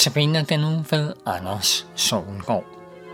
Notabene den uge ved Anders Solgaard.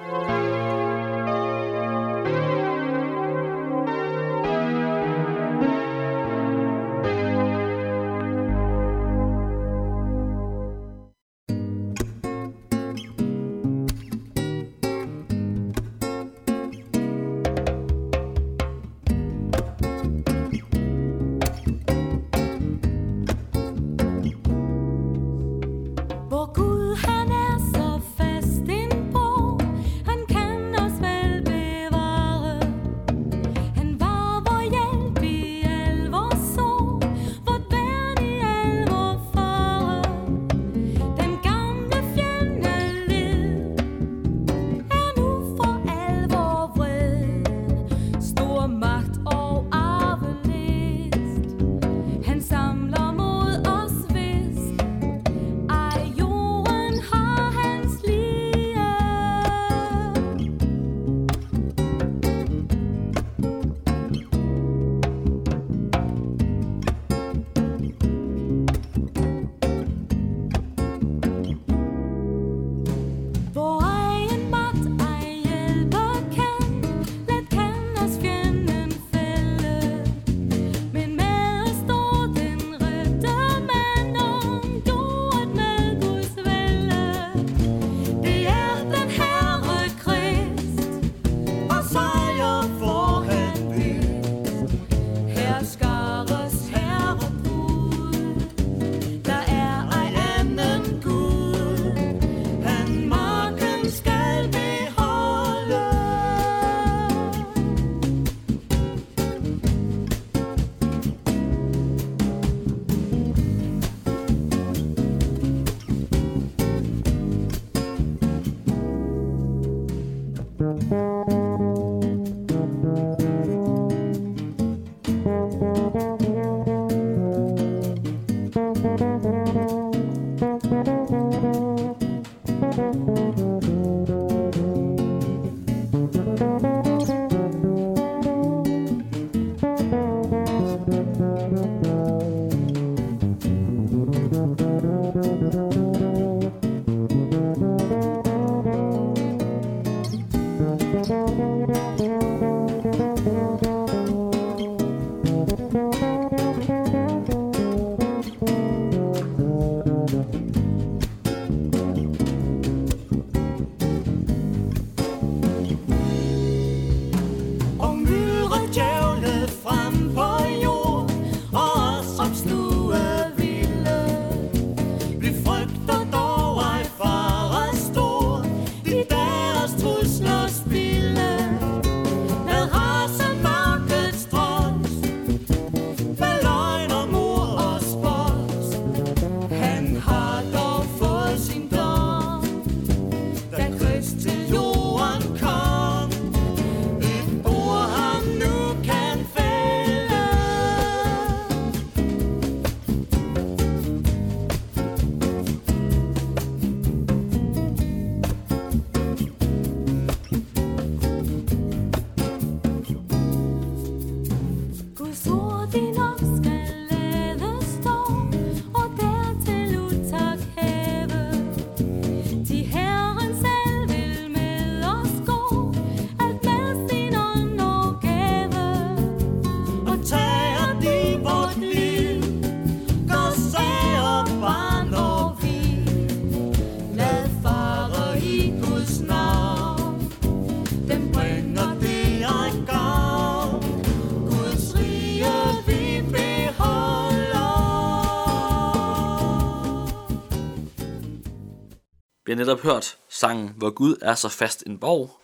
Vi har netop hørt sangen Hvor Gud er så fast en borg.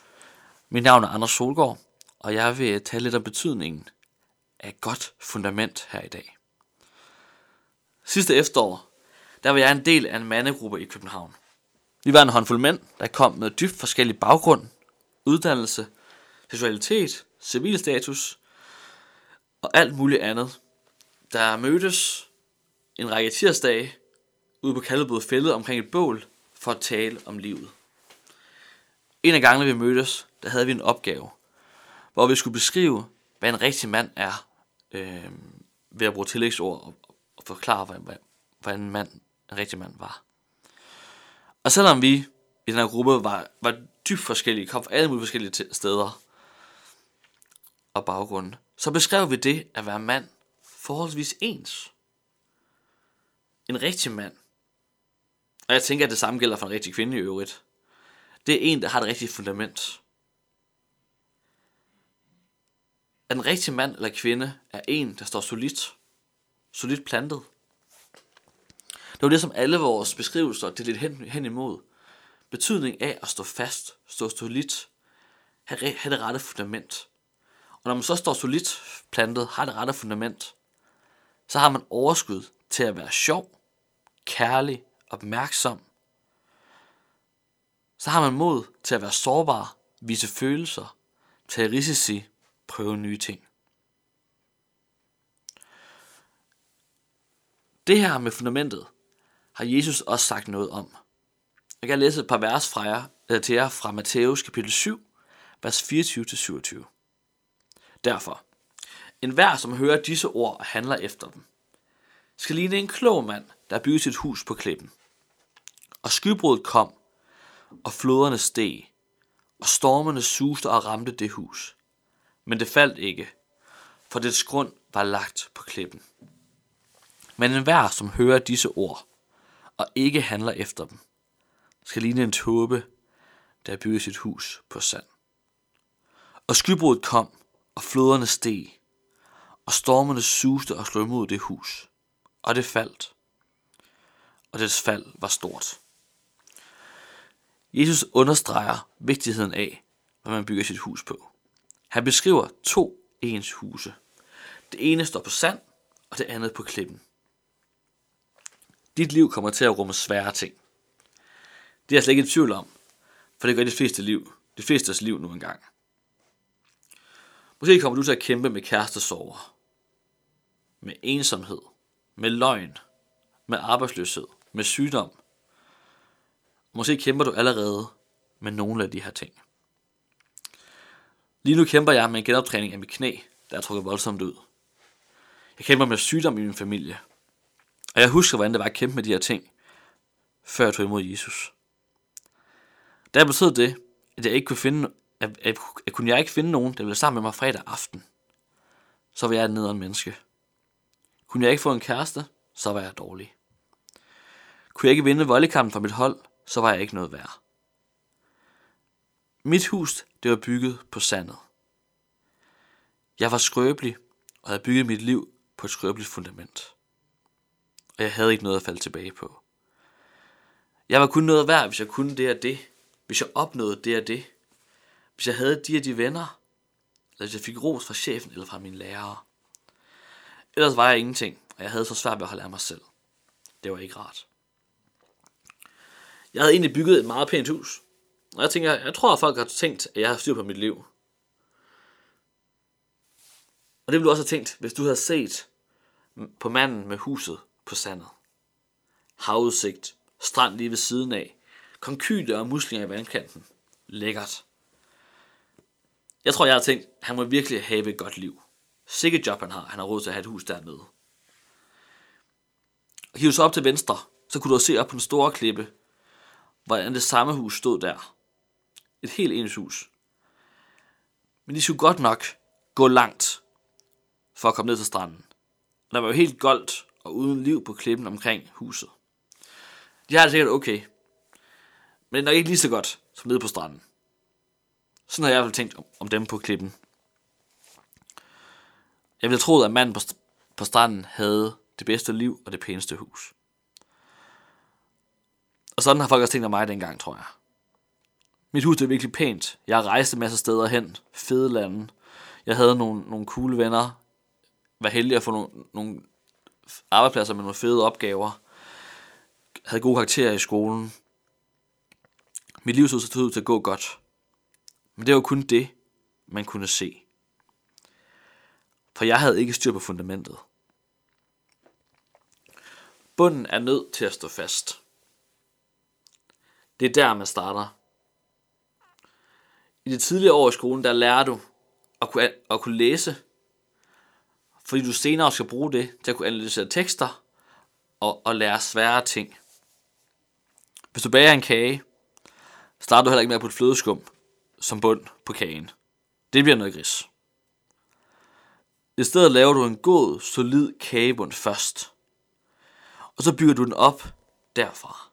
Mit navn er Anders Solgaard, og jeg vil tale lidt om betydningen af et godt fundament her i dag. Sidste efterår, der var jeg en del af en mandegruppe i København. Vi var en håndfuld mænd, der kom med dybt forskellig baggrund, uddannelse, seksualitet, civilstatus og alt muligt andet. Der mødtes en række tirsdage ude på Kalvebod Fælled omkring et bål for at tale om livet. En af gangene vi mødtes, der havde vi en opgave, hvor vi skulle beskrive, hvad en rigtig mand er, ved at bruge tillægsord og forklare, hvad en rigtig mand var. Og selvom vi i den her gruppe var dybt forskellige, kom fra alle mulige forskellige steder og baggrunde, så beskrev vi det at være mand forholdsvis ens. En rigtig mand. Og jeg tænker, at det samme gælder for en rigtig kvinde i øvrigt. Det er en, der har et rigtigt fundament. At en rigtig mand eller kvinde er en, der står solidt plantet. Det var det, som alle vores beskrivelser det lidt hen imod. Betydning af at stå fast, stå solidt, have det rette fundament. Og når man så står solidt plantet, har det rette fundament, så har man overskud til at være sjov, kærlig, opmærksom. Så har man mod til at være sårbar, vise følelser, tage risici, prøve nye ting. Det her med fundamentet har Jesus også sagt noget om. Jeg kan læse et par vers til jer fra Matthæus kapitel 7, vers 24-27. Derfor, enhver som hører disse ord og handler efter dem, skal ligne en klog mand, der bygger sit hus på klippen. Og skybruddet kom, og floderne steg, og stormene suste og ramte det hus. Men det faldt ikke, for dets grund var lagt på klippen. Men enhver som hører disse ord, og ikke handler efter dem, skal ligne en tåbe, der bygger sit hus på sand. Og skybruddet kom, og floderne steg, og stormene suste og slog imod det hus, og det faldt, og dets fald var stort. Jesus understreger vigtigheden af, hvad man bygger sit hus på. Han beskriver 2 ens huse. Det ene står på sand, og det andet på klippen. Dit liv kommer til at rumme svære ting. Det er jeg slet ikke i tvivl om, for det gør de flestes liv nu engang. Måske kommer du til at kæmpe med kærestesorger, med ensomhed, med løgn, med arbejdsløshed, med sygdom. Måske kæmper du allerede med nogle af de her ting. Lige nu kæmper jeg med en genoptræning af mit knæ, der er trukket voldsomt ud. Jeg kæmper med sygdom i min familie. Og jeg husker, hvordan det var at kæmpe med de her ting, før jeg tog imod Jesus. Der betød det, at jeg ikke kunne finde nogen, der ville sammen med mig fredag aften, så var jeg et nederen menneske. Kunne jeg ikke få en kæreste, så var jeg dårlig. Kunne jeg ikke vinde vollekampen for mit hold, så var jeg ikke noget værd. Mit hus, det var bygget på sandet. Jeg var skrøbelig, og havde bygget mit liv på et skrøbeligt fundament. Og jeg havde ikke noget at falde tilbage på. Jeg var kun noget værd, hvis jeg kunne det og det. Hvis jeg opnåede det og det. Hvis jeg havde de og de venner. Eller hvis jeg fik ros fra chefen eller fra mine lærere. Ellers var jeg ingenting, og jeg havde så svært ved at holde af mig selv. Det var ikke rart. Jeg havde egentlig bygget et meget pænt hus. Og jeg tror, at folk har tænkt, at jeg har styr på mit liv. Og det ville du også have tænkt, hvis du havde set på manden med huset på sandet. Havudsigt, strand lige ved siden af, konkylie og muslinger i vandkanten. Lækkert. Jeg tror, jeg har tænkt, at han må virkelig have et godt liv. Sikke job han har råd til at have et hus dernede. Og hive så op til venstre, så kunne du se op på den store klippe, hvordan det samme hus stod der. Et helt ens hus. Men de skulle godt nok gå langt for at komme ned til stranden. Der var jo helt goldt og uden liv på klippen omkring huset. De har det sikkert okay, men det er nok ikke lige så godt som nede på stranden. Sådan har jeg i hvert fald tænkt om dem på klippen. Jeg ville have troet, at manden på stranden havde det bedste liv og det pæneste hus. Og sådan har folk også tænkt om mig dengang, tror jeg. Mit hus er virkelig pænt. Jeg har rejst en masse steder hen. Fede lande. Jeg havde nogle cool venner. Var heldig at få nogle arbejdspladser med nogle fede opgaver. Havde gode karakterer i skolen. Mit liv så ud til at gå godt. Men det var kun det, man kunne se. For jeg havde ikke styr på fundamentet. Bunden er nødt til at stå fast. Det er der, man starter. I de tidligere år i skolen, der lærer du at kunne læse, fordi du senere skal bruge det til at kunne analysere tekster og lære svære ting. Hvis du bager en kage, starter du heller ikke med at putte flødeskum som bund på kagen. Det bliver noget gris. I stedet laver du en god, solid kagebund først. Og så bygger du den op derfra.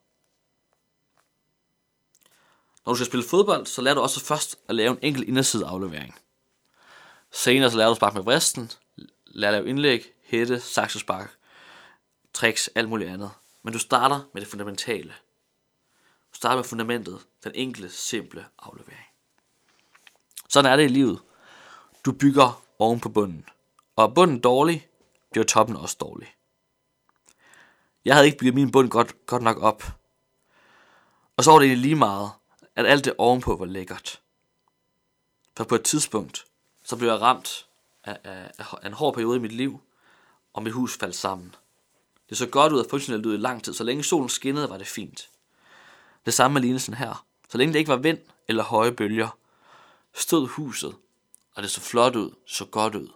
Når du skal spille fodbold, så lærer du også først at lave en enkelt indersideaflevering. Senere så lærer du at sparke med vristen, lærer at lave indlæg, hætte, saksespark, tricks, alt muligt andet. Men du starter med det fundamentale. Du starter med fundamentet, den enkle, simple aflevering. Sådan er det i livet. Du bygger oven på bunden. Og er bunden dårlig, bliver toppen også dårlig. Jeg havde ikke bygget min bund godt nok op. Og så var det egentlig lige meget, at alt det ovenpå var lækkert. For på et tidspunkt, så blev jeg ramt af en hård periode i mit liv, og mit hus faldt sammen. Det så godt ud og funktionelt ud i lang tid. Så længe solen skinnede, var det fint. Det samme med lignelsen her. Så længe det ikke var vind eller høje bølger, stod huset, og det så flot ud, så godt ud.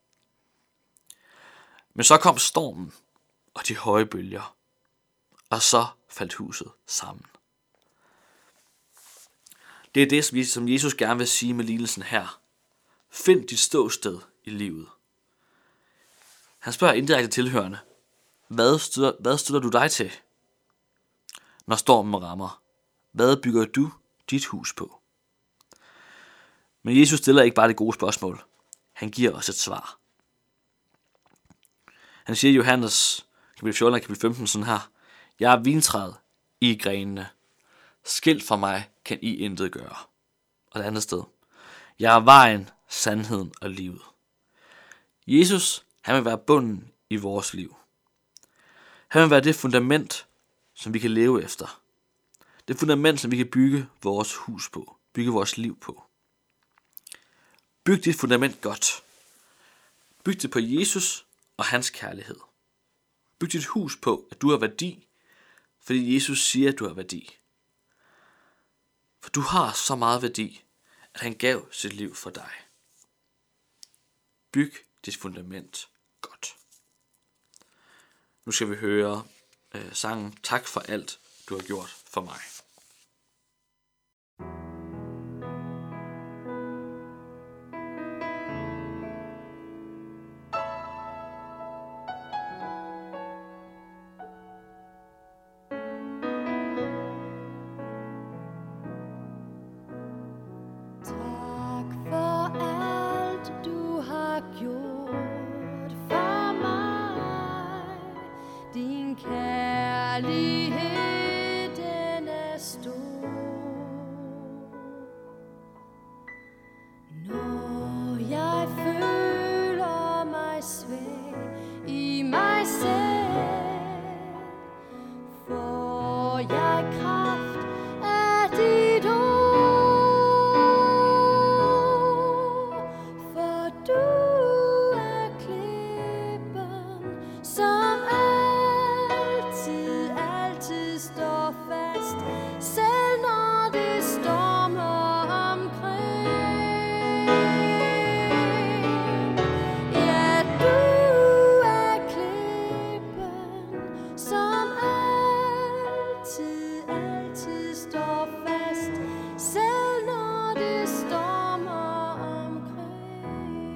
Men så kom stormen og de høje bølger, og så faldt huset sammen. Det er det, som Jesus gerne vil sige med lignelsen her. Find dit ståsted i livet. Han spørger indirekte tilhørende, hvad støtter du dig til, når stormen rammer? Hvad bygger du dit hus på? Men Jesus stiller ikke bare det gode spørgsmål. Han giver os et svar. Han siger i Johannes kapitel 14 og kapitel 15 sådan her. Jeg er vintræet, I er grenene. Skilt fra mig kan I intet gøre. Og det andet sted. Jeg er vejen, sandheden og livet. Jesus, han vil være bunden i vores liv. Han vil være det fundament, som vi kan leve efter. Det fundament, som vi kan bygge vores hus på. Bygge vores liv på. Byg dit fundament godt. Byg det på Jesus og hans kærlighed. Byg dit hus på, at du har værdi, fordi Jesus siger, at du har værdi. For du har så meget værdi, at han gav sit liv for dig. Byg dit fundament godt. Nu skal vi høre sangen Tak for alt, du har gjort for mig. Kærlighed, den er stor. Når jeg føler mig svag i mig selv, får jeg kraft af dit ord. For du er klippen, som altid står fast, selv når det stormer omkring. Ja, du er klippen, som altid står fast, selv når det stormer omkring.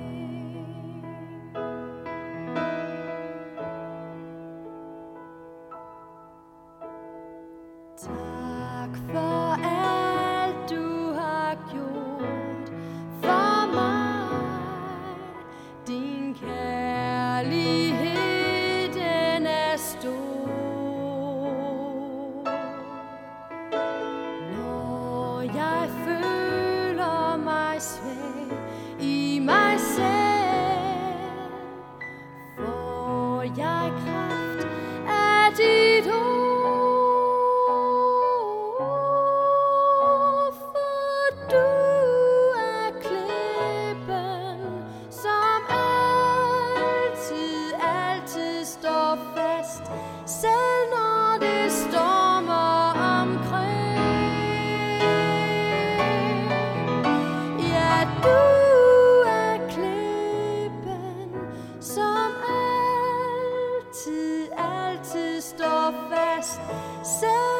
Tak for alt du har gjort for mig. Din kærlighed, den er stor. Når jeg føler mig svag i mig selv, får jeg kraft af dit ord. Selv når det stormer omkring. Ja, du er klippen, som altid står fast. Selv